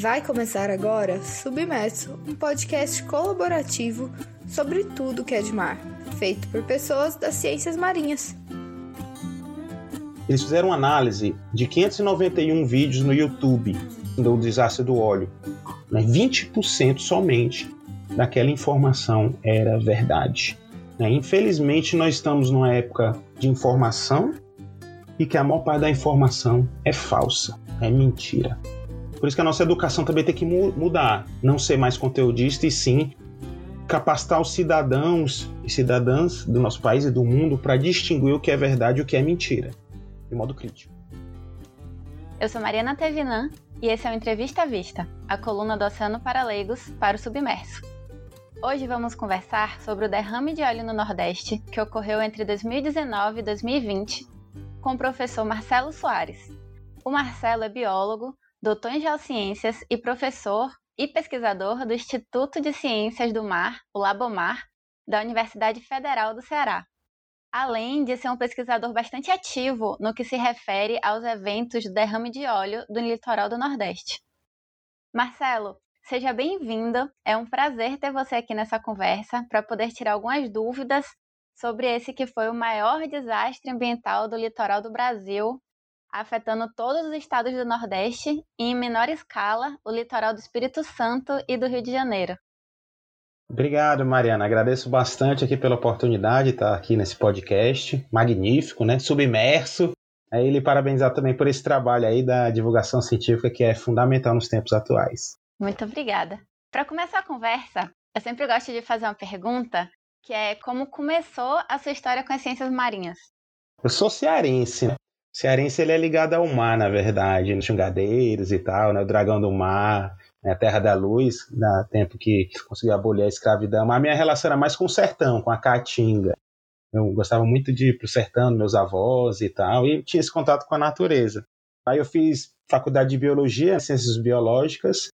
Vai começar agora Submerso, um podcast colaborativo sobre tudo que é de mar, feito por pessoas das ciências marinhas. Eles fizeram uma análise de 591 vídeos no YouTube do desastre do óleo. 20% somente daquela informação era verdade. Infelizmente, nós estamos numa época de informação e que a maior parte da informação é falsa, é mentira. Por isso que a nossa educação também tem que mudar, não ser mais conteudista e sim capacitar os cidadãos e cidadãs do nosso país e do mundo para distinguir o que é verdade e o que é mentira, de modo crítico. Eu sou Mariana Tevinan e esse é o Entrevista à Vista, a coluna do Oceano para Leigos para o Submerso. Hoje vamos conversar sobre o derrame de óleo no Nordeste que ocorreu entre 2019 e 2020 com o professor Marcelo Soares. O Marcelo é biólogo, doutor em geociências e professor e pesquisador do Instituto de Ciências do Mar, o Labomar, da Universidade Federal do Ceará. Além de ser um pesquisador bastante ativo no que se refere aos eventos do derrame de óleo do litoral do Nordeste. Marcelo, seja bem-vindo. É um prazer ter você aqui nessa conversa para poder tirar algumas dúvidas sobre esse que foi o maior desastre ambiental do litoral do Brasil, afetando todos os estados do Nordeste e, em menor escala, o litoral do Espírito Santo e do Rio de Janeiro. Obrigado, Mariana. Agradeço bastante aqui pela oportunidade de estar aqui nesse podcast magnífico, Submerso. Aí ele parabenizar também por esse trabalho aí da divulgação científica que é fundamental nos tempos atuais. Muito obrigada. Para começar a conversa, eu sempre gosto de fazer uma pergunta, que é como começou a sua história com as ciências marinhas? Eu sou cearense, O cearense ele é ligado ao mar, na verdade, nos Jungadeiros e tal, O dragão do mar, a terra da luz, no tempo que conseguiu abolir a escravidão. Mas a minha relação era mais com o sertão, com a caatinga. Eu gostava muito de ir pro sertão, meus avós e tal, e tinha esse contato com a natureza. Aí eu fiz faculdade de biologia, ciências biológicas,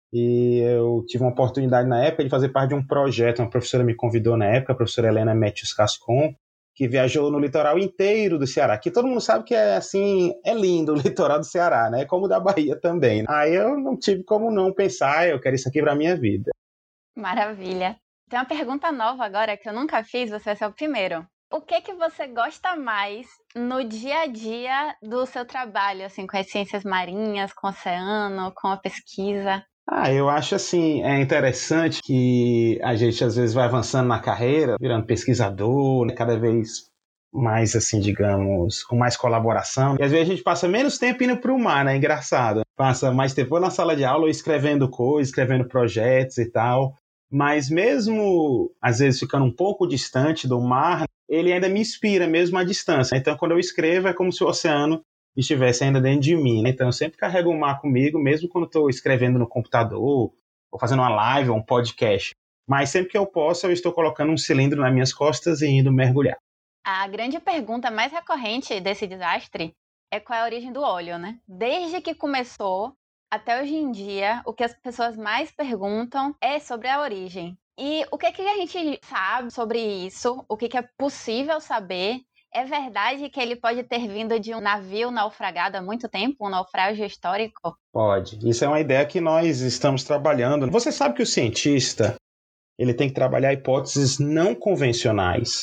e eu tive uma oportunidade na época de fazer parte de um projeto. Uma professora me convidou na época, a professora Helena Métios Cascon, que viajou no litoral inteiro do Ceará, que todo mundo sabe que é lindo o litoral do Ceará, como o da Bahia também. Aí eu não tive como não pensar, eu quero isso aqui para minha vida. Maravilha. Tem uma pergunta nova agora que eu nunca fiz, você vai ser o primeiro. O que você gosta mais no dia a dia do seu trabalho, com as ciências marinhas, com o oceano, com a pesquisa? Eu acho é interessante que a gente às vezes vai avançando na carreira, virando pesquisador, cada vez mais, digamos, com mais colaboração. E às vezes a gente passa menos tempo indo para o mar, engraçado. Passa mais tempo na sala de aula ou escrevendo coisas, escrevendo projetos e tal. Mas mesmo, às vezes, ficando um pouco distante do mar, ele ainda me inspira mesmo à distância. Então, quando eu escrevo, é como se o oceano estivesse ainda dentro de mim. Então, eu sempre carrego o mar comigo, mesmo quando estou escrevendo no computador, ou fazendo uma live ou um podcast. Mas sempre que eu posso, eu estou colocando um cilindro nas minhas costas e indo mergulhar. A grande pergunta mais recorrente desse desastre é qual é a origem do óleo, Desde que começou até hoje em dia, o que as pessoas mais perguntam é sobre a origem. E o que a gente sabe sobre isso? O que é possível saber? É verdade que ele pode ter vindo de um navio naufragado há muito tempo, um naufrágio histórico? Pode. Isso é uma ideia que nós estamos trabalhando. Você sabe que o cientista ele tem que trabalhar hipóteses não convencionais.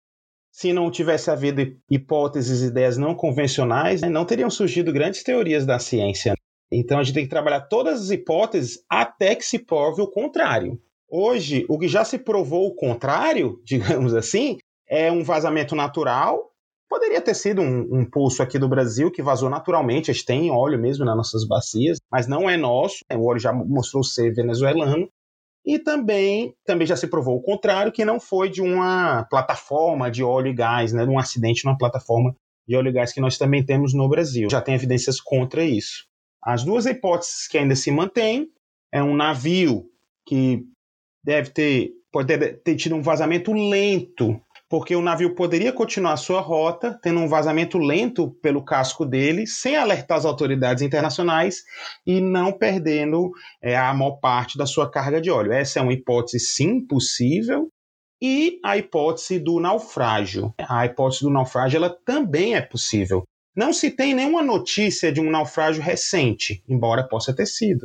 Se não tivesse havido hipóteses e ideias não convencionais, não teriam surgido grandes teorias da ciência. Então a gente tem que trabalhar todas as hipóteses até que se prove o contrário. Hoje, o que já se provou o contrário, digamos assim, é um vazamento natural. Poderia ter sido um poço aqui do Brasil que vazou naturalmente. A gente tem óleo mesmo nas nossas bacias, mas não é nosso. O óleo já mostrou ser venezuelano. E também já se provou o contrário, que não foi de uma plataforma de óleo e gás, de um acidente numa plataforma de óleo e gás que nós também temos no Brasil. Já tem evidências contra isso. As duas hipóteses que ainda se mantêm é um navio que pode ter tido um vazamento lento, porque o navio poderia continuar sua rota, tendo um vazamento lento pelo casco dele, sem alertar as autoridades internacionais e não perdendo a maior parte da sua carga de óleo. Essa é uma hipótese, sim, possível. E a hipótese do naufrágio. A hipótese do naufrágio ela também é possível. Não se tem nenhuma notícia de um naufrágio recente, embora possa ter sido.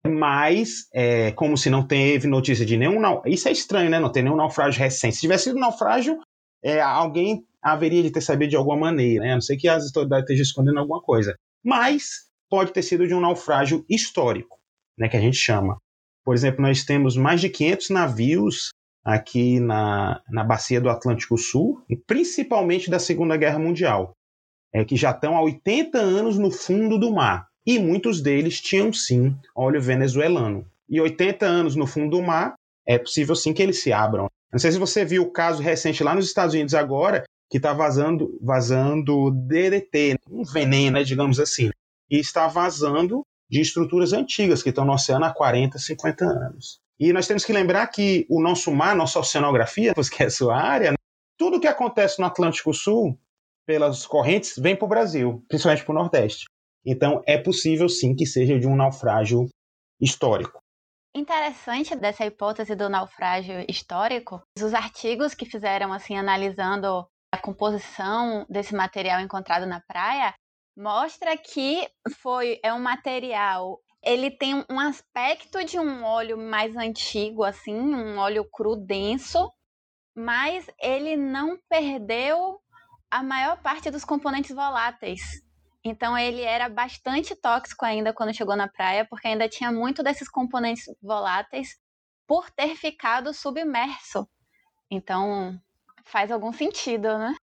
Mas, como se não teve notícia de nenhum naufrágio. Isso é estranho, né? Não tem nenhum naufrágio recente. Se tivesse sido naufrágio, alguém haveria de ter sabido de alguma maneira, né? A não ser que as autoridades estejam escondendo alguma coisa. Mas pode ter sido de um naufrágio histórico, né? Que a gente chama. Por exemplo, nós temos mais de 500 navios aqui na bacia do Atlântico Sul, principalmente da Segunda Guerra Mundial, que já estão há 80 anos no fundo do mar. E muitos deles tinham, sim, óleo venezuelano. E 80 anos no fundo do mar, é possível, sim, que eles se abram. Não sei se você viu o caso recente lá nos Estados Unidos agora, que está vazando DDT, um veneno, né, digamos assim. E está vazando de estruturas antigas que estão no oceano há 40, 50 anos. E nós temos que lembrar que o nosso mar, nossa oceanografia, que é a sua área, né, tudo que acontece no Atlântico Sul, pelas correntes, vem para o Brasil, principalmente para o Nordeste. Então, é possível, sim, que seja de um naufrágio histórico. Interessante dessa hipótese do naufrágio histórico, os artigos que fizeram, assim, analisando a composição desse material encontrado na praia, mostra que é um material, ele tem um aspecto de um óleo mais antigo, assim, um óleo cru denso, mas ele não perdeu a maior parte dos componentes voláteis. Então ele era bastante tóxico ainda quando chegou na praia, porque ainda tinha muito desses componentes voláteis por ter ficado submerso. Então faz algum sentido, né?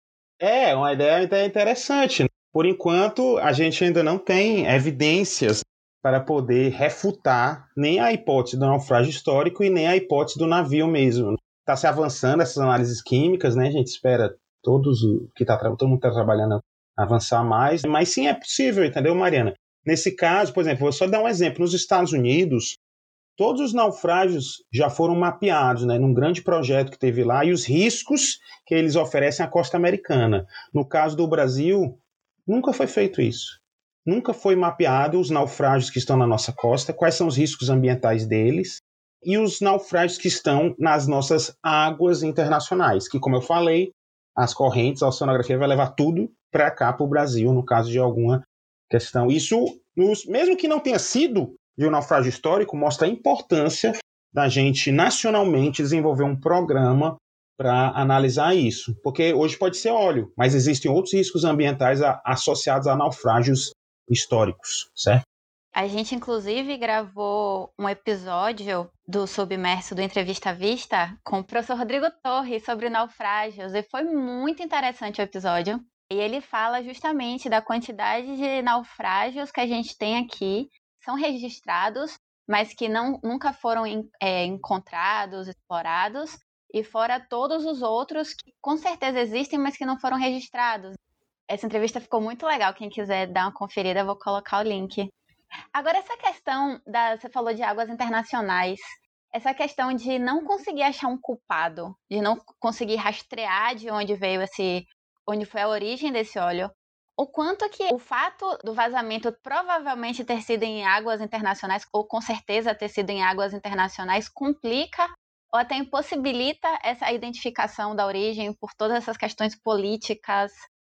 Uma ideia interessante. Por enquanto, a gente ainda não tem evidências para poder refutar nem a hipótese do naufrágio histórico e nem a hipótese do navio mesmo. Está se avançando essas análises químicas, né? A gente espera todo mundo está trabalhando avançar mais, mas sim é possível, entendeu, Mariana? Nesse caso, por exemplo, vou só dar um exemplo. Nos Estados Unidos, todos os naufrágios já foram mapeados, né, num grande projeto que teve lá, e os riscos que eles oferecem à costa americana. No caso do Brasil, nunca foi feito isso. Nunca foi mapeado os naufrágios que estão na nossa costa, quais são os riscos ambientais deles, e os naufrágios que estão nas nossas águas internacionais, que, como eu falei, as correntes, a oceanografia vai levar tudo para cá, para o Brasil, no caso de alguma questão. Isso, mesmo que não tenha sido de um naufrágio histórico, mostra a importância da gente nacionalmente desenvolver um programa para analisar isso. Porque hoje pode ser óleo, mas existem outros riscos ambientais associados a naufrágios históricos, certo? A gente, inclusive, gravou um episódio do Submerso do Entrevista Vista com o professor Rodrigo Torres sobre naufrágios, e foi muito interessante o episódio. E ele fala justamente da quantidade de naufrágios que a gente tem aqui, são registrados, mas que nunca foram encontrados, explorados, e fora todos os outros que com certeza existem, mas que não foram registrados. Essa entrevista ficou muito legal, quem quiser dar uma conferida, eu vou colocar o link. Agora, essa questão você falou de águas internacionais, essa questão de não conseguir achar um culpado, de não conseguir rastrear de onde onde foi a origem desse óleo, o quanto que o fato do vazamento provavelmente ter sido em águas internacionais, ou com certeza ter sido em águas internacionais, complica ou até impossibilita essa identificação da origem por todas essas questões políticas?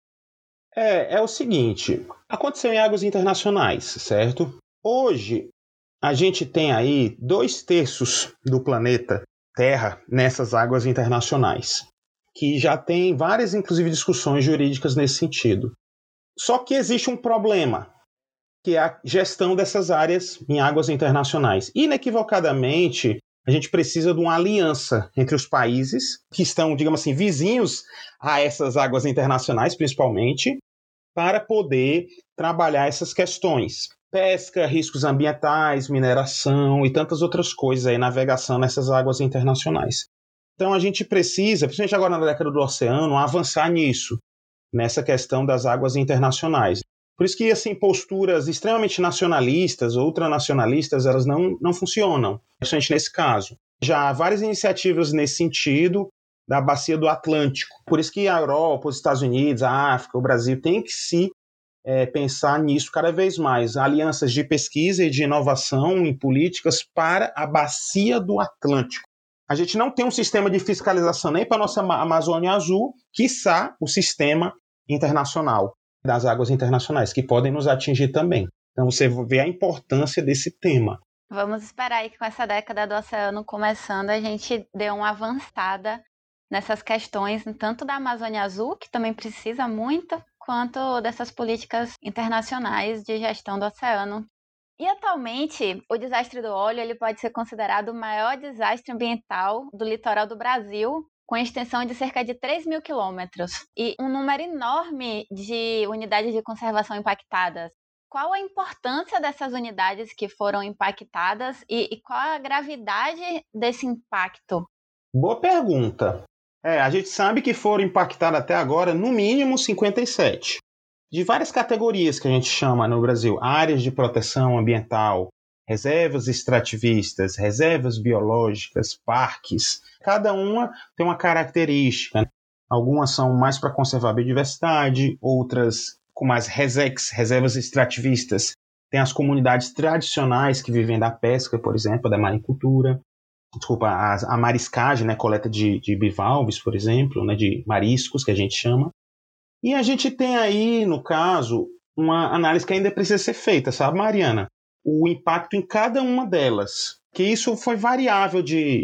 É o seguinte, aconteceu em águas internacionais, certo? Hoje, a gente tem aí 2/3 do planeta Terra nessas águas internacionais, que já tem várias, inclusive, discussões jurídicas nesse sentido. Só que existe um problema, que é a gestão dessas áreas em águas internacionais. Inequivocadamente, a gente precisa de uma aliança entre os países que estão, digamos assim, vizinhos a essas águas internacionais, principalmente, para poder trabalhar essas questões. Pesca, riscos ambientais, mineração e tantas outras coisas aí, navegação nessas águas internacionais. Então a gente precisa, principalmente agora na década do oceano, avançar nisso, nessa questão das águas internacionais. Por isso que, assim, posturas extremamente nacionalistas, ultranacionalistas, elas não funcionam, principalmente nesse caso. Já há várias iniciativas nesse sentido, da bacia do Atlântico. Por isso que a Europa, os Estados Unidos, a África, o Brasil tem que se pensar nisso cada vez mais. Alianças de pesquisa e de inovação em políticas para a bacia do Atlântico. A gente não tem um sistema de fiscalização nem para a nossa Amazônia Azul, quiçá o sistema internacional das águas internacionais, que podem nos atingir também. Então você vê a importância desse tema. Vamos esperar aí que com essa década do oceano começando, a gente dê uma avançada nessas questões, tanto da Amazônia Azul, que também precisa muito, quanto dessas políticas internacionais de gestão do oceano. E atualmente, o desastre do óleo ele pode ser considerado o maior desastre ambiental do litoral do Brasil, com extensão de cerca de 3.000 quilômetros e um número enorme de unidades de conservação impactadas. Qual a importância dessas unidades que foram impactadas e qual a gravidade desse impacto? Boa pergunta. A gente sabe que foram impactadas até agora, no mínimo, 57. De várias categorias que a gente chama no Brasil: áreas de proteção ambiental, reservas extrativistas, reservas biológicas, parques. Cada uma tem uma característica. Algumas são mais para conservar a biodiversidade, outras com mais RESEX, reservas extrativistas. Tem as comunidades tradicionais que vivem da pesca, por exemplo, da maricultura. A mariscagem, né, coleta de bivalves, por exemplo, né, de mariscos, que a gente chama. E a gente tem aí, no caso, uma análise que ainda precisa ser feita, sabe, Mariana? O impacto em cada uma delas. Que isso foi variável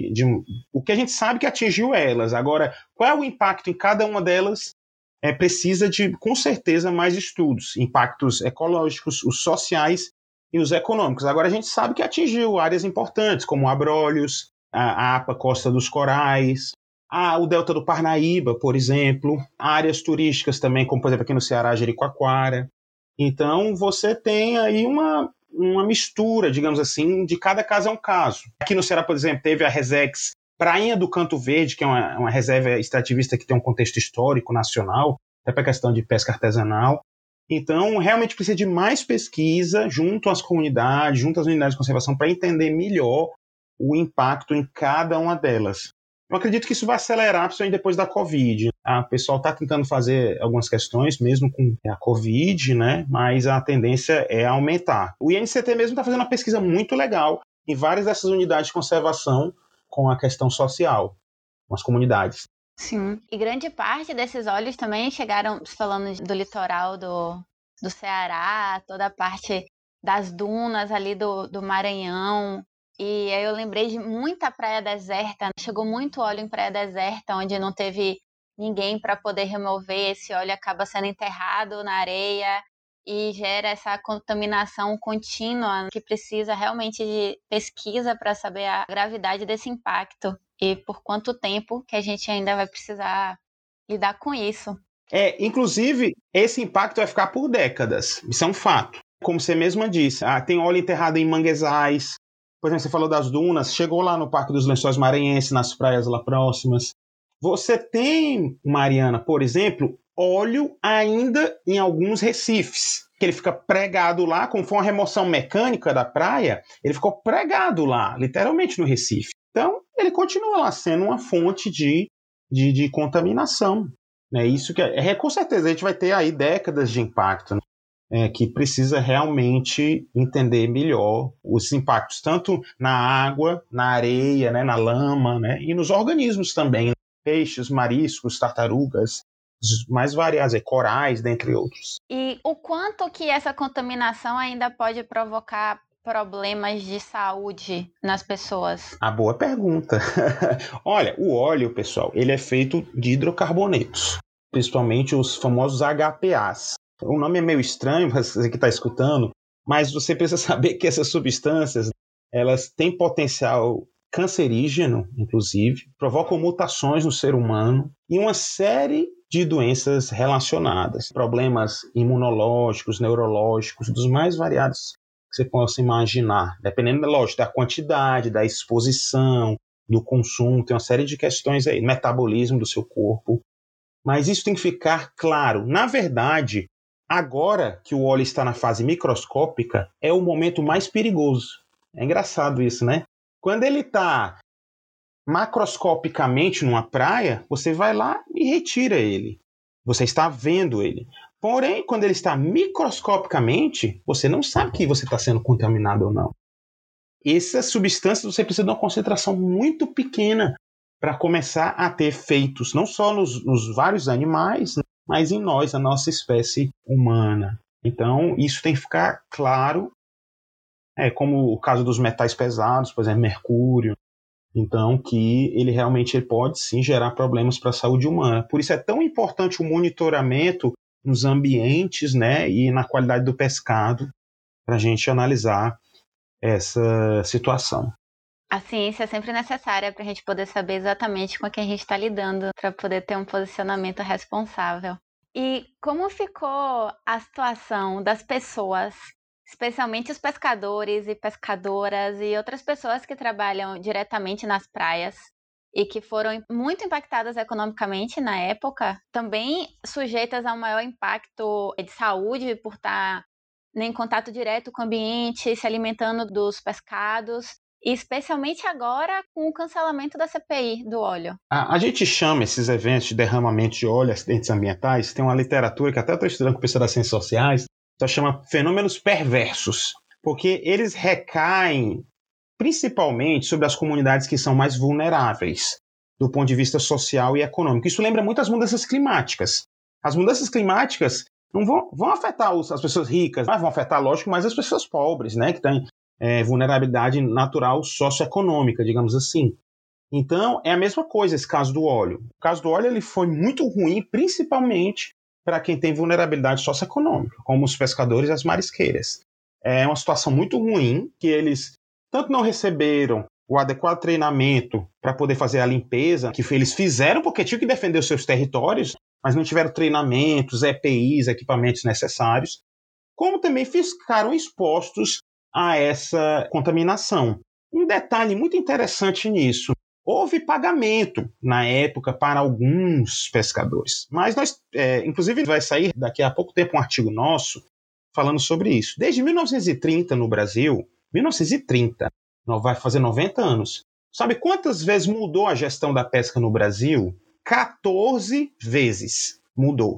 o que a gente sabe que atingiu elas. Agora, qual é o impacto em cada uma delas? Precisa de, com certeza, mais estudos. Impactos ecológicos, os sociais e os econômicos. Agora, a gente sabe que atingiu áreas importantes, como Abrolhos, a APA Costa dos Corais, o Delta do Parnaíba, por exemplo, áreas turísticas também, como, por exemplo, aqui no Ceará, Jericoacoara. Então, você tem aí uma mistura, digamos assim, de cada caso é um caso. Aqui no Ceará, por exemplo, teve a Resex Prainha do Canto Verde, que é uma reserva extrativista que tem um contexto histórico nacional, até para a questão de pesca artesanal. Então, realmente precisa de mais pesquisa junto às comunidades, junto às unidades de conservação, para entender melhor o impacto em cada uma delas. Eu acredito que isso vai acelerar, principalmente depois da Covid. O pessoal está tentando fazer algumas questões, mesmo com a Covid, né? Mas a tendência é aumentar. O INCT mesmo está fazendo uma pesquisa muito legal em várias dessas unidades de conservação com a questão social, com as comunidades. Sim, e grande parte desses óleos também chegaram, falando do litoral do Ceará, toda a parte das dunas ali do Maranhão. E aí eu lembrei de muita praia deserta, chegou muito óleo em praia deserta, onde não teve ninguém para poder remover, esse óleo acaba sendo enterrado na areia e gera essa contaminação contínua, que precisa realmente de pesquisa para saber a gravidade desse impacto e por quanto tempo que a gente ainda vai precisar lidar com isso. Inclusive, esse impacto vai ficar por décadas, isso é um fato. Como você mesma disse, tem óleo enterrado em manguezais. Por exemplo, você falou das dunas, chegou lá no Parque dos Lençóis Maranhenses, nas praias lá próximas. Você tem, Mariana, por exemplo, óleo ainda em alguns recifes, que ele fica pregado lá, como foi uma remoção mecânica da praia, ele ficou pregado lá, literalmente no recife. Então, ele continua lá sendo uma fonte de contaminação. Né? Isso que com certeza, a gente vai ter aí décadas de impacto, né? Que precisa realmente entender melhor os impactos, tanto na água, na areia, né, na lama, né, e nos organismos também, né? Peixes, mariscos, tartarugas, os mais variados, corais, dentre outros. E o quanto que essa contaminação ainda pode provocar problemas de saúde nas pessoas? Boa pergunta. Olha, o óleo, pessoal, ele é feito de hidrocarbonetos, principalmente os famosos HPAs. O nome é meio estranho para você que está escutando, mas você precisa saber que essas substâncias, elas têm potencial cancerígeno, inclusive, provocam mutações no ser humano e uma série de doenças relacionadas, problemas imunológicos, neurológicos, dos mais variados que você possa imaginar, dependendo, lógico, da quantidade, da exposição, do consumo, tem uma série de questões aí, metabolismo do seu corpo, mas isso tem que ficar claro. Na verdade, agora que o óleo está na fase microscópica, é o momento mais perigoso. É engraçado isso, né? Quando ele está macroscopicamente numa praia, você vai lá e retira ele. Você está vendo ele. Porém, quando ele está microscopicamente, você não sabe que você está sendo contaminado ou não. Essas substâncias você precisa de uma concentração muito pequena para começar a ter efeitos, não só nos vários animais, mas em nós, a nossa espécie humana. Então, isso tem que ficar claro como o caso dos metais pesados, por exemplo, mercúrio. Então, que ele realmente pode sim gerar problemas para a saúde humana. Por isso é tão importante o monitoramento nos ambientes, né, e na qualidade do pescado, para a gente analisar essa situação. A ciência é sempre necessária para a gente poder saber exatamente com o que a gente está lidando, para poder ter um posicionamento responsável. E como ficou a situação das pessoas, especialmente os pescadores e pescadoras e outras pessoas que trabalham diretamente nas praias e que foram muito impactadas economicamente na época, também sujeitas a um maior impacto de saúde por estar em contato direto com o ambiente, se alimentando dos pescados, e especialmente agora com o cancelamento da CPI do óleo. A gente chama esses eventos de derramamento de óleo, acidentes ambientais, tem uma literatura que até estou estudando com o pessoal das ciências sociais, só chama fenômenos perversos, porque eles recaem principalmente sobre as comunidades que são mais vulneráveis do ponto de vista social e econômico. Isso lembra muito as mudanças climáticas. As mudanças climáticas não vão afetar as pessoas ricas, mas vão afetar, lógico, mais as pessoas pobres, né, que têm vulnerabilidade natural socioeconômica, digamos assim. Então, é a mesma coisa esse caso do óleo. O caso do óleo ele foi muito ruim, principalmente para quem tem vulnerabilidade socioeconômica, como os pescadores e as marisqueiras. É uma situação muito ruim, que eles tanto não receberam o adequado treinamento para poder fazer a limpeza, que eles fizeram porque tinham que defender os seus territórios, mas não tiveram treinamentos, EPIs, equipamentos necessários, como também ficaram expostos a essa contaminação. Um detalhe muito interessante nisso, houve pagamento na época para alguns pescadores, mas inclusive vai sair daqui a pouco tempo um artigo nosso falando sobre isso. Desde 1930 no Brasil, 1930, vai fazer 90 anos. Sabe quantas vezes mudou a gestão da pesca no Brasil? 14 vezes mudou.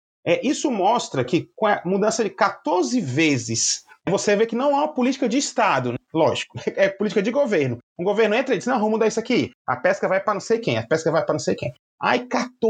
Isso mostra que com a mudança de 14 vezes, você vê que não há uma política de Estado, né? Lógico, é política de governo. Um governo entra e diz, não, vamos mudar isso aqui. A pesca vai para não sei quem, a pesca vai para não sei quem. Aí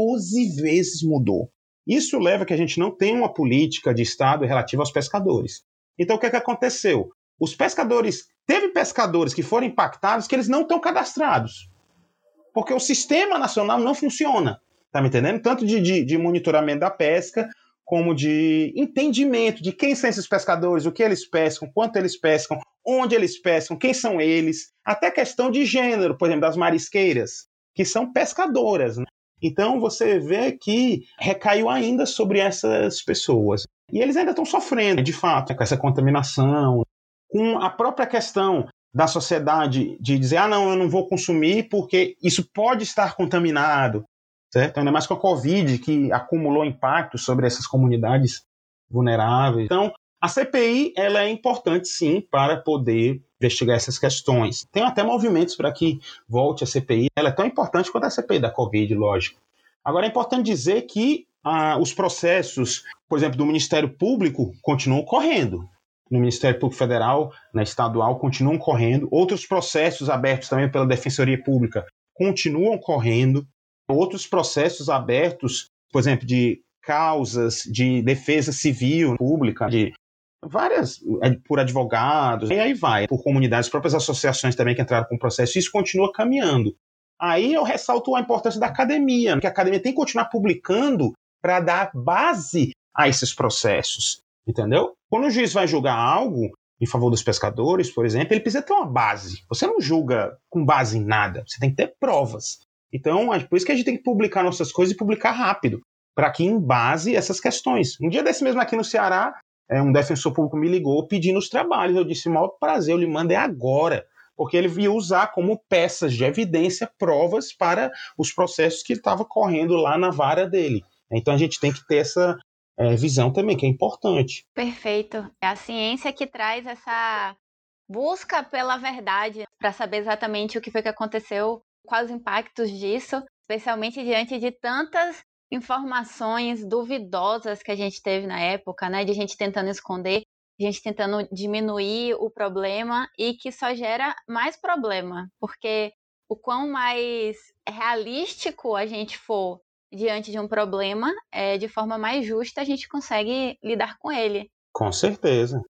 14 vezes mudou. Isso leva a que a gente não tenha uma política de Estado relativa aos pescadores. Então o que aconteceu? Os pescadores, teve pescadores que foram impactados que eles não estão cadastrados. Porque o sistema nacional não funciona. Tá me entendendo? Tanto de monitoramento da pesca, como de entendimento de quem são esses pescadores, o que eles pescam, quanto eles pescam, onde eles pescam, quem são eles, até questão de gênero, por exemplo, das marisqueiras, que são pescadoras, né? Então você vê que recaiu ainda sobre essas pessoas. E eles ainda estão sofrendo, de fato, com essa contaminação, com a própria questão da sociedade de dizer, não, eu não vou consumir porque isso pode estar contaminado. Certo? Ainda mais com a Covid, que acumulou impacto sobre essas comunidades vulneráveis. Então, a CPI ela é importante, sim, para poder investigar essas questões. Tem até movimentos para que volte a CPI. Ela é tão importante quanto a CPI da Covid, lógico. Agora, é importante dizer que os processos, por exemplo, do Ministério Público continuam correndo. No Ministério Público Federal, na estadual, continuam correndo. Outros processos abertos também pela Defensoria Pública continuam correndo. Outros processos abertos, por exemplo, de causas de defesa civil pública, de várias, por advogados, e aí vai, por comunidades, próprias associações também que entraram com o processo, isso continua caminhando. Aí eu ressalto a importância da academia, que a academia tem que continuar publicando para dar base a esses processos, entendeu? Quando o juiz vai julgar algo em favor dos pescadores, por exemplo, ele precisa ter uma base. Você não julga com base em nada, você tem que ter provas. Então, é por isso que a gente tem que publicar nossas coisas e publicar rápido, para que embase essas questões. Um dia desse mesmo aqui no Ceará, um defensor público me ligou pedindo os trabalhos. Eu disse, maior prazer, eu lhe mando agora, porque ele ia usar como peças de evidência, provas para os processos que estava correndo lá na vara dele. Então, a gente tem que ter essa visão também, que é importante. Perfeito. É a ciência que traz essa busca pela verdade, para saber exatamente o que foi que aconteceu, quais os impactos disso, especialmente diante de tantas informações duvidosas que a gente teve na época, né? De gente tentando esconder, de gente tentando diminuir o problema e que só gera mais problema, porque o quão mais realístico a gente for diante de um problema, de forma mais justa a gente consegue lidar com ele. Com certeza.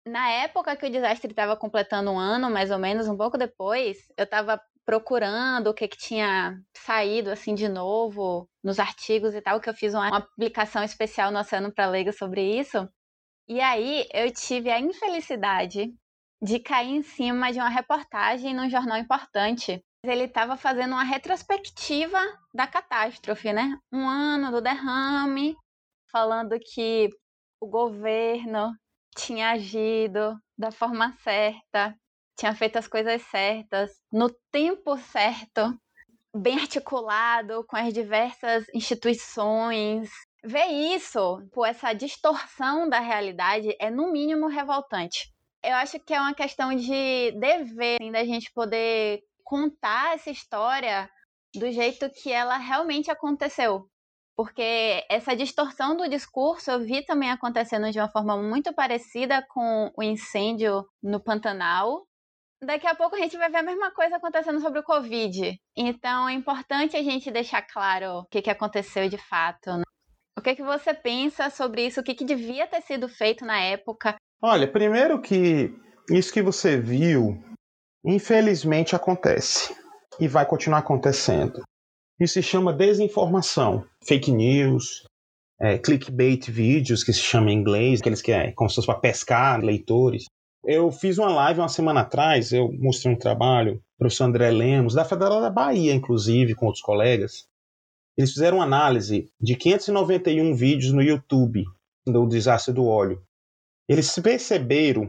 Na época que o desastre estava completando um ano, mais ou menos, um pouco depois, eu estava procurando o que tinha saído assim de novo nos artigos e tal, que eu fiz uma publicação especial no Oceano para Leigos sobre isso. E aí eu tive a infelicidade de cair em cima de uma reportagem num jornal importante. Ele estava fazendo uma retrospectiva da catástrofe, né? Um ano do derrame, falando que o governo tinha agido da forma certa, tinha feito as coisas certas, no tempo certo, bem articulado com as diversas instituições. Ver isso, essa distorção da realidade, é no mínimo revoltante. Eu acho que é uma questão de dever, assim, da gente poder contar essa história do jeito que ela realmente aconteceu. Porque essa distorção do discurso eu vi também acontecendo de uma forma muito parecida com o incêndio no Pantanal. Daqui a pouco a gente vai ver a mesma coisa acontecendo sobre o Covid. Então é importante a gente deixar claro o que aconteceu de fato, né? O que você pensa sobre isso? O que devia ter sido feito na época? Olha, primeiro que isso que você viu, infelizmente acontece e vai continuar acontecendo. Isso se chama desinformação, fake news, clickbait vídeos, que se chama em inglês, aqueles que é como se fosse para pescar leitores. Eu fiz uma live uma semana atrás, eu mostrei um trabalho, o professor André Lemos, da Federal da Bahia, inclusive, com outros colegas. Eles fizeram uma análise de 591 vídeos no YouTube do desastre do óleo. Eles perceberam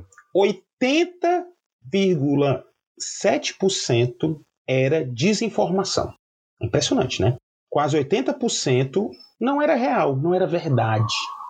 80,7% era desinformação. Impressionante, né? Quase 80% não era real, não era verdade.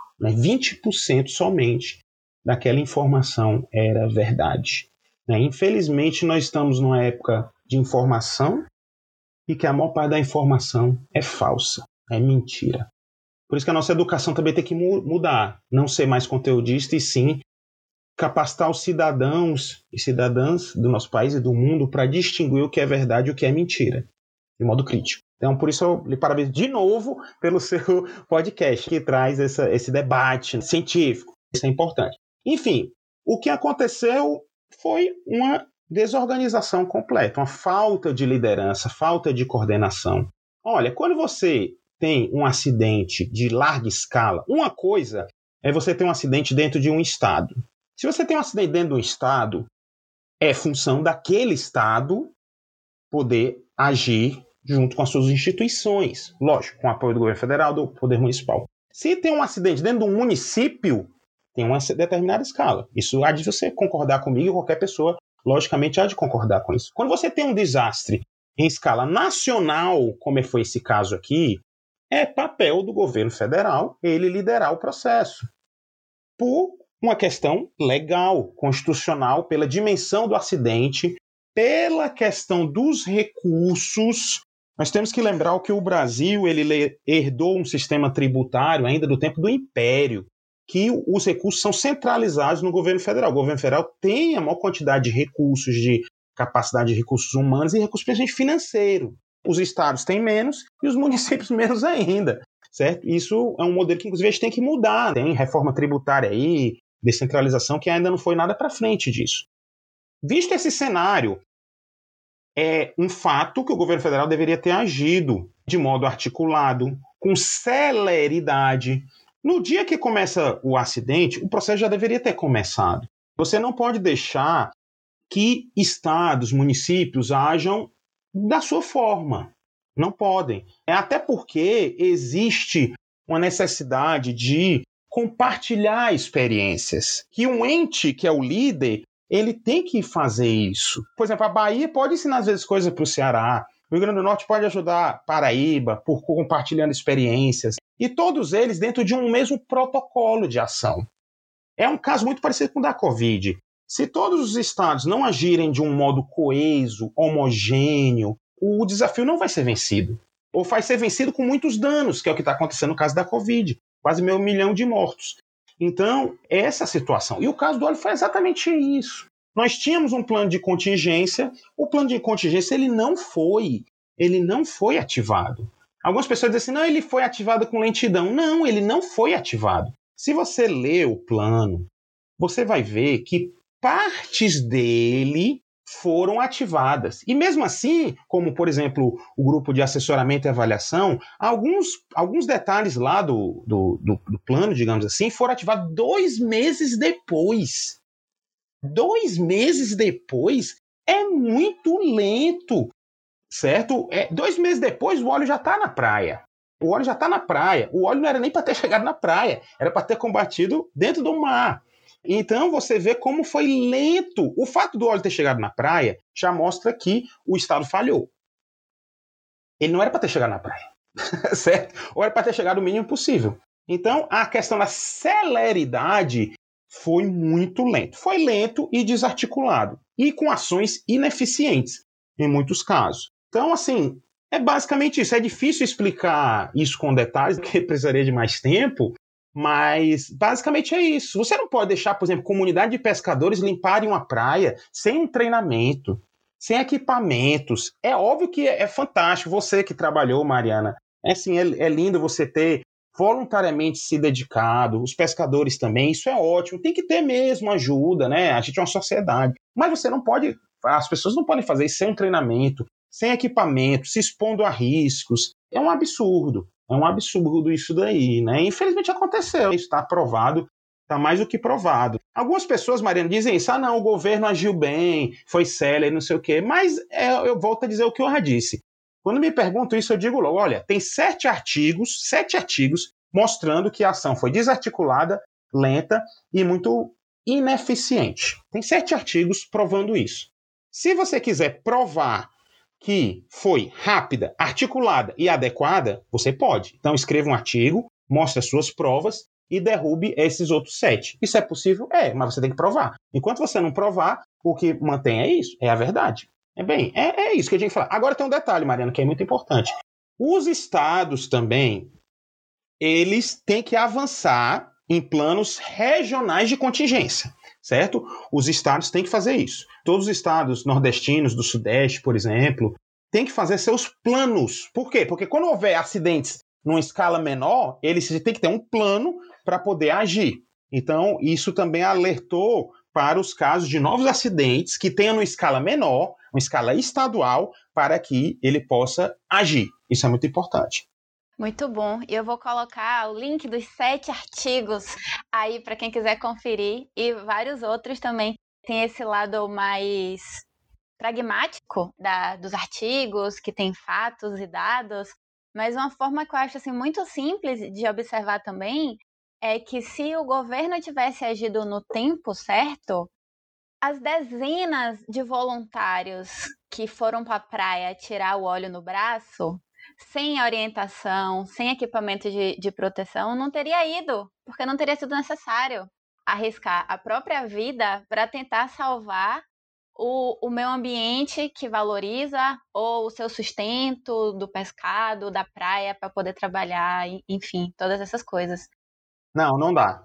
20% somente daquela informação era verdade. Infelizmente, nós estamos numa época de informação e que a maior parte da informação é falsa, é mentira. Por isso que a nossa educação também tem que mudar, não ser mais conteudista e sim capacitar os cidadãos e cidadãs do nosso país e do mundo para distinguir o que é verdade e o que é mentira, de modo crítico. Então, por isso eu lhe parabenizo de novo pelo seu podcast, que traz esse debate científico. Isso é importante. Enfim, o que aconteceu foi uma desorganização completa, uma falta de liderança, falta de coordenação. Olha, quando você tem um acidente de larga escala, uma coisa é você ter um acidente dentro de um estado. Se você tem um acidente dentro de um estado, é função daquele estado poder agir junto com as suas instituições, lógico, com o apoio do governo federal, do poder municipal. Se tem um acidente dentro de um município, tem uma determinada escala. Isso há de você concordar comigo, qualquer pessoa, logicamente, há de concordar com isso. Quando você tem um desastre em escala nacional, como foi esse caso aqui, é papel do governo federal ele liderar o processo. Por uma questão legal, constitucional, pela dimensão do acidente, pela questão dos recursos. Nós temos que lembrar que o Brasil ele herdou um sistema tributário ainda do tempo do Império, que os recursos são centralizados no governo federal. O governo federal tem a maior quantidade de recursos, de capacidade de recursos humanos e recursos financeiros. Os estados têm menos e os municípios menos ainda, certo? Isso é um modelo que, inclusive, a gente tem que mudar. Tem reforma tributária aí, descentralização, que ainda não foi nada para frente disso. Visto esse cenário, é um fato que o governo federal deveria ter agido de modo articulado, com celeridade. No dia que começa o acidente, o processo já deveria ter começado. Você não pode deixar que estados, municípios ajam da sua forma. Não podem. Até porque existe uma necessidade de compartilhar experiências. Que um ente que é o líder, ele tem que fazer isso. Por exemplo, a Bahia pode ensinar às vezes coisas para o Ceará. O Rio Grande do Norte pode ajudar a Paraíba por compartilhando experiências. E todos eles dentro de um mesmo protocolo de ação. É um caso muito parecido com o da Covid. Se todos os estados não agirem de um modo coeso, homogêneo, o desafio não vai ser vencido. Ou vai ser vencido com muitos danos, que é o que está acontecendo no caso da Covid. Quase 500 mil de mortos. Então, essa é a situação. E o caso do óleo foi exatamente isso. Nós tínhamos um plano de contingência. O plano de contingência ele não foi ativado. Algumas pessoas dizem assim, não, ele foi ativado com lentidão. Não, ele não foi ativado. Se você lê o plano, você vai ver que partes dele foram ativadas. E mesmo assim, como, por exemplo, o grupo de assessoramento e avaliação, alguns detalhes lá do plano, digamos assim, foram ativados 2 meses depois. 2 meses depois é muito lento, certo? 2 meses depois o óleo já está na praia. O óleo já está na praia. O óleo não era nem para ter chegado na praia, era para ter combatido dentro do mar. Então você vê como foi lento. O fato do óleo ter chegado na praia já mostra que o Estado falhou. Ele não era para ter chegado na praia, certo? Ou era para ter chegado o mínimo possível. Então a questão da celeridade foi muito lento. Foi lento e desarticulado. E com ações ineficientes, em muitos casos. Então, assim, é basicamente isso. É difícil explicar isso com detalhes, porque precisaria de mais tempo, mas basicamente é isso. Você não pode deixar, por exemplo, comunidade de pescadores limparem uma praia sem um treinamento, sem equipamentos. É óbvio que é fantástico. Você que trabalhou, Mariana, é lindo você ter voluntariamente se dedicado, os pescadores também, isso é ótimo. Tem que ter mesmo ajuda, né? A gente é uma sociedade. Mas você não pode, as pessoas não podem fazer isso sem um treinamento, sem equipamento, se expondo a riscos. É um absurdo isso daí, né? Infelizmente aconteceu, isso está provado, está mais do que provado. Algumas pessoas, Mariana, dizem isso, não, o governo agiu bem, foi célere, não sei o quê, mas eu volto a dizer o que eu já disse. Quando me perguntam isso, eu digo logo, olha, tem 7 artigos mostrando que a ação foi desarticulada, lenta e muito ineficiente. Tem 7 artigos provando isso. Se você quiser provar que foi rápida, articulada e adequada, você pode. Então escreva um artigo, mostre as suas provas e derrube esses outros 7. Isso é possível? É, mas você tem que provar. Enquanto você não provar, o que mantém é isso, é a verdade. É isso que eu tinha que falar. Agora tem um detalhe, Mariana, que é muito importante. Os estados também, eles têm que avançar em planos regionais de contingência, certo? Os estados têm que fazer isso. Todos os estados nordestinos, do Sudeste, por exemplo, têm que fazer seus planos. Por quê? Porque quando houver acidentes numa escala menor, eles têm que ter um plano para poder agir. Então, isso também alertou para os casos de novos acidentes que tenham uma escala menor, uma escala estadual, para que ele possa agir. Isso é muito importante. Muito bom. E eu vou colocar o link dos 7 artigos aí para quem quiser conferir e vários outros também. Tem esse lado mais pragmático dos artigos, que tem fatos e dados, mas uma forma que eu acho assim, muito simples de observar também é que se o governo tivesse agido no tempo certo, as dezenas de voluntários que foram para a praia tirar o óleo no braço, sem orientação, sem equipamento de proteção, não teria ido, porque não teria sido necessário arriscar a própria vida para tentar salvar o meio ambiente que valoriza, ou o seu sustento do pescado, da praia, para poder trabalhar, enfim, todas essas coisas. Não dá.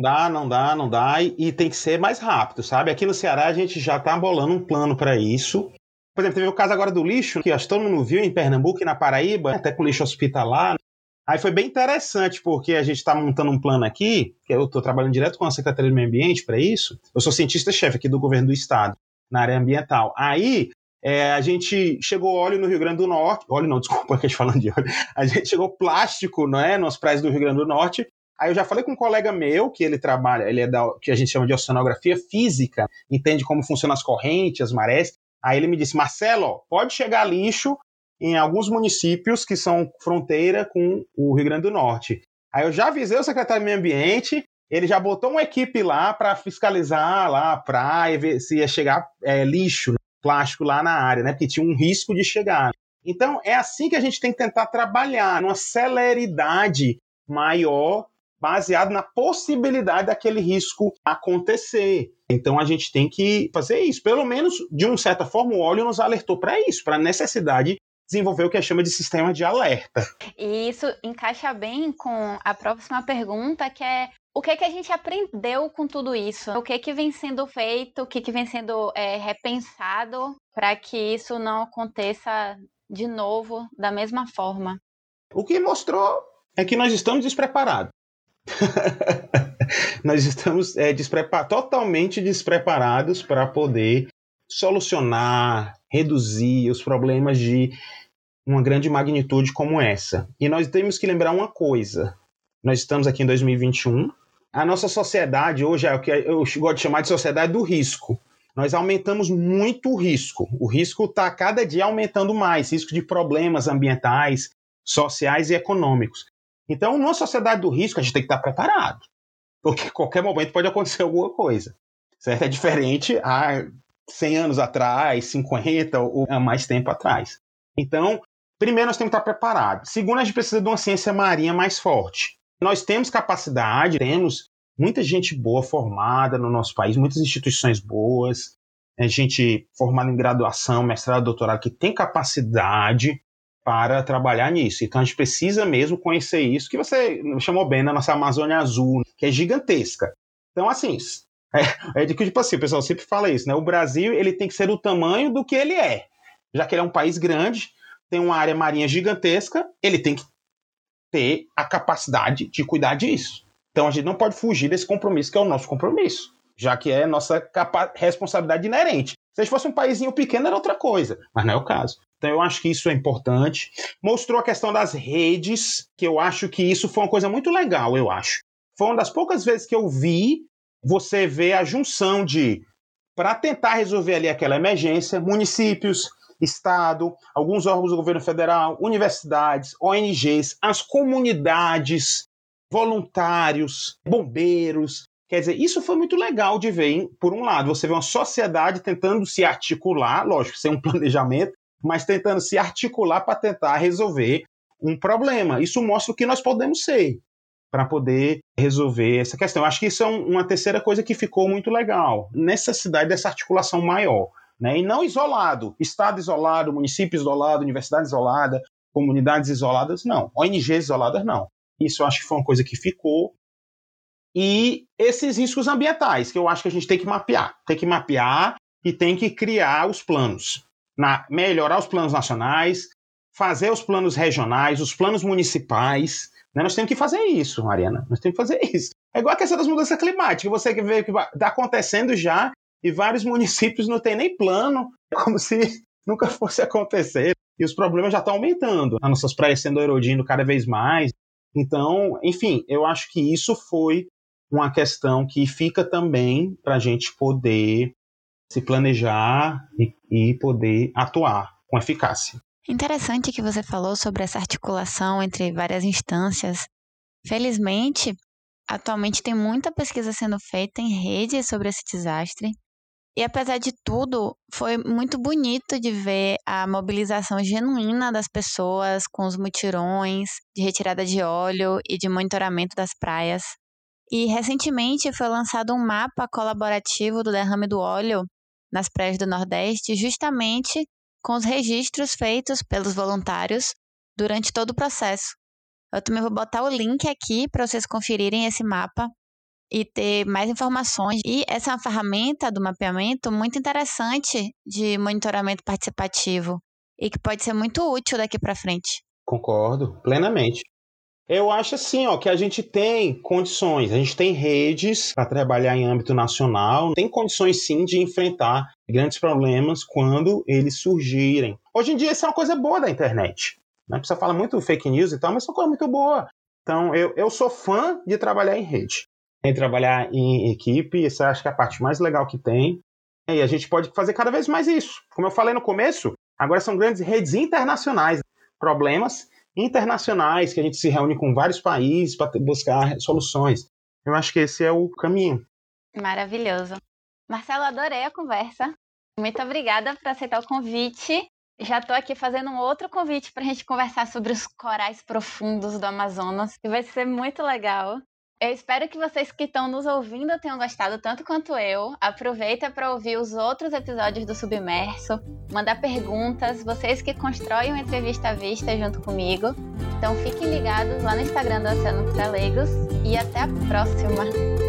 Não dá e tem que ser mais rápido, sabe? Aqui no Ceará a gente já está bolando um plano para isso. Por exemplo, teve o caso agora do lixo, que acho que todo mundo viu em Pernambuco e na Paraíba, até com lixo hospitalar. Aí foi bem interessante, porque a gente está montando um plano aqui, que eu estou trabalhando direto com a Secretaria do Meio Ambiente para isso. Eu sou cientista-chefe aqui do governo do estado, na área ambiental. Aí a gente chegou óleo no Rio Grande do Norte. Óleo não, desculpa, que a gente falando de óleo. A gente chegou plástico, não é, nas praias do Rio Grande do Norte. Aí eu já falei com um colega meu, que ele trabalha, ele é que a gente chama de oceanografia física, entende como funcionam as correntes, as marés. Aí ele me disse, Marcelo, pode chegar lixo em alguns municípios que são fronteira com o Rio Grande do Norte. Aí eu já avisei o secretário do Meio Ambiente, ele já botou uma equipe lá para fiscalizar lá a praia, ver se ia chegar lixo, plástico lá na área, né? Porque tinha um risco de chegar. Então é assim que a gente tem que tentar trabalhar, numa celeridade maior, baseado na possibilidade daquele risco acontecer. Então a gente tem que fazer isso. Pelo menos, de uma certa forma, o óleo nos alertou para isso, para a necessidade de desenvolver o que a gente chama de sistema de alerta. E isso encaixa bem com a próxima pergunta, que é o que a gente aprendeu com tudo isso? O que vem sendo feito, o que vem sendo repensado para que isso não aconteça de novo da mesma forma? O que mostrou é que nós estamos despreparados. nós estamos totalmente despreparados para poder solucionar, reduzir os problemas de uma grande magnitude como essa. E nós temos que lembrar uma coisa. Nós estamos aqui em 2021. A nossa sociedade hoje é o que eu gosto de chamar de sociedade do risco. Nós aumentamos muito o risco. O risco está cada dia aumentando mais. Risco de problemas ambientais, sociais e econômicos. Então, numa sociedade do risco, a gente tem que estar preparado. Porque a qualquer momento pode acontecer alguma coisa. Certo? É diferente há 100 anos atrás, 50 ou há mais tempo atrás. Então, primeiro, nós temos que estar preparados. Segundo, a gente precisa de uma ciência marinha mais forte. Nós temos capacidade, temos muita gente boa formada no nosso país, muitas instituições boas, gente formada em graduação, mestrado, doutorado, que tem capacidade para trabalhar nisso. Então, a gente precisa mesmo conhecer isso, que você chamou bem na nossa Amazônia Azul, que é gigantesca. Então, assim, tipo assim, o pessoal sempre fala isso, né? O Brasil, ele tem que ser do tamanho do que ele é. Já que ele é um país grande, tem uma área marinha gigantesca, ele tem que ter a capacidade de cuidar disso. Então a gente não pode fugir desse compromisso, que é o nosso compromisso, já que é nossa responsabilidade inerente. Se a gente fosse um paísinho pequeno era outra coisa, mas não é o caso. Então eu acho que isso é importante. Mostrou a questão das redes, que eu acho que isso foi uma coisa muito legal, eu acho. Foi uma das poucas vezes que eu vi você ver a junção de, para tentar resolver ali aquela emergência, municípios, Estado, alguns órgãos do governo federal, universidades, ONGs, as comunidades, voluntários, bombeiros. Quer dizer, isso foi muito legal de ver, hein? Por um lado, você vê uma sociedade tentando se articular, lógico, sem um planejamento, mas tentando se articular para tentar resolver um problema. Isso mostra o que nós podemos ser para poder resolver essa questão. Eu acho que isso é uma terceira coisa que ficou muito legal, necessidade dessa articulação maior. Né? E não isolado, Estado isolado, município isolado, universidade isolada, comunidades isoladas, não. ONGs isoladas, não. Isso eu acho que foi uma coisa que ficou. E esses riscos ambientais, que eu acho que a gente tem que mapear. Tem que mapear e tem que criar os planos. Melhorar os planos nacionais, fazer os planos regionais, os planos municipais. Né? Nós temos que fazer isso, Mariana. Nós temos que fazer isso. É igual a questão das mudanças climáticas. Você vê que está acontecendo já, e vários municípios não têm nem plano, como se nunca fosse acontecer. E os problemas já estão aumentando. As nossas praias sendo erodindo cada vez mais. Então, enfim, eu acho que isso foi uma questão que fica também para a gente poder se planejar e poder atuar com eficácia. Interessante que você falou sobre essa articulação entre várias instâncias. Felizmente, atualmente tem muita pesquisa sendo feita em rede sobre esse desastre. E apesar de tudo, foi muito bonito de ver a mobilização genuína das pessoas com os mutirões de retirada de óleo e de monitoramento das praias. E recentemente foi lançado um mapa colaborativo do derrame do óleo nas praias do Nordeste, justamente com os registros feitos pelos voluntários durante todo o processo. Eu também vou botar o link aqui para vocês conferirem esse mapa e ter mais informações. E essa é uma ferramenta do mapeamento muito interessante de monitoramento participativo e que pode ser muito útil daqui para frente. Concordo plenamente. Eu acho assim, que a gente tem condições, a gente tem redes para trabalhar em âmbito nacional, tem condições sim de enfrentar grandes problemas quando eles surgirem. Hoje em dia isso é uma coisa boa da internet. Né? A pessoa fala muito fake news e tal, mas isso é uma coisa muito boa. Então eu sou fã de trabalhar em rede. Em trabalhar em equipe, isso eu acho que é a parte mais legal que tem. E a gente pode fazer cada vez mais isso. Como eu falei no começo, agora são grandes redes internacionais. Problemas internacionais, que a gente se reúne com vários países para buscar soluções. Eu acho que esse é o caminho. Maravilhoso. Marcelo, adorei a conversa. Muito obrigada por aceitar o convite. Já estou aqui fazendo um outro convite para a gente conversar sobre os corais profundos do Amazonas, que vai ser muito legal. Eu espero que vocês que estão nos ouvindo tenham gostado tanto quanto eu. Aproveita para ouvir os outros episódios do Submerso, mandar perguntas, vocês que constroem o Entrevista à Vista junto comigo. Então fiquem ligados lá no Instagram do Oceano para Leigos e até a próxima!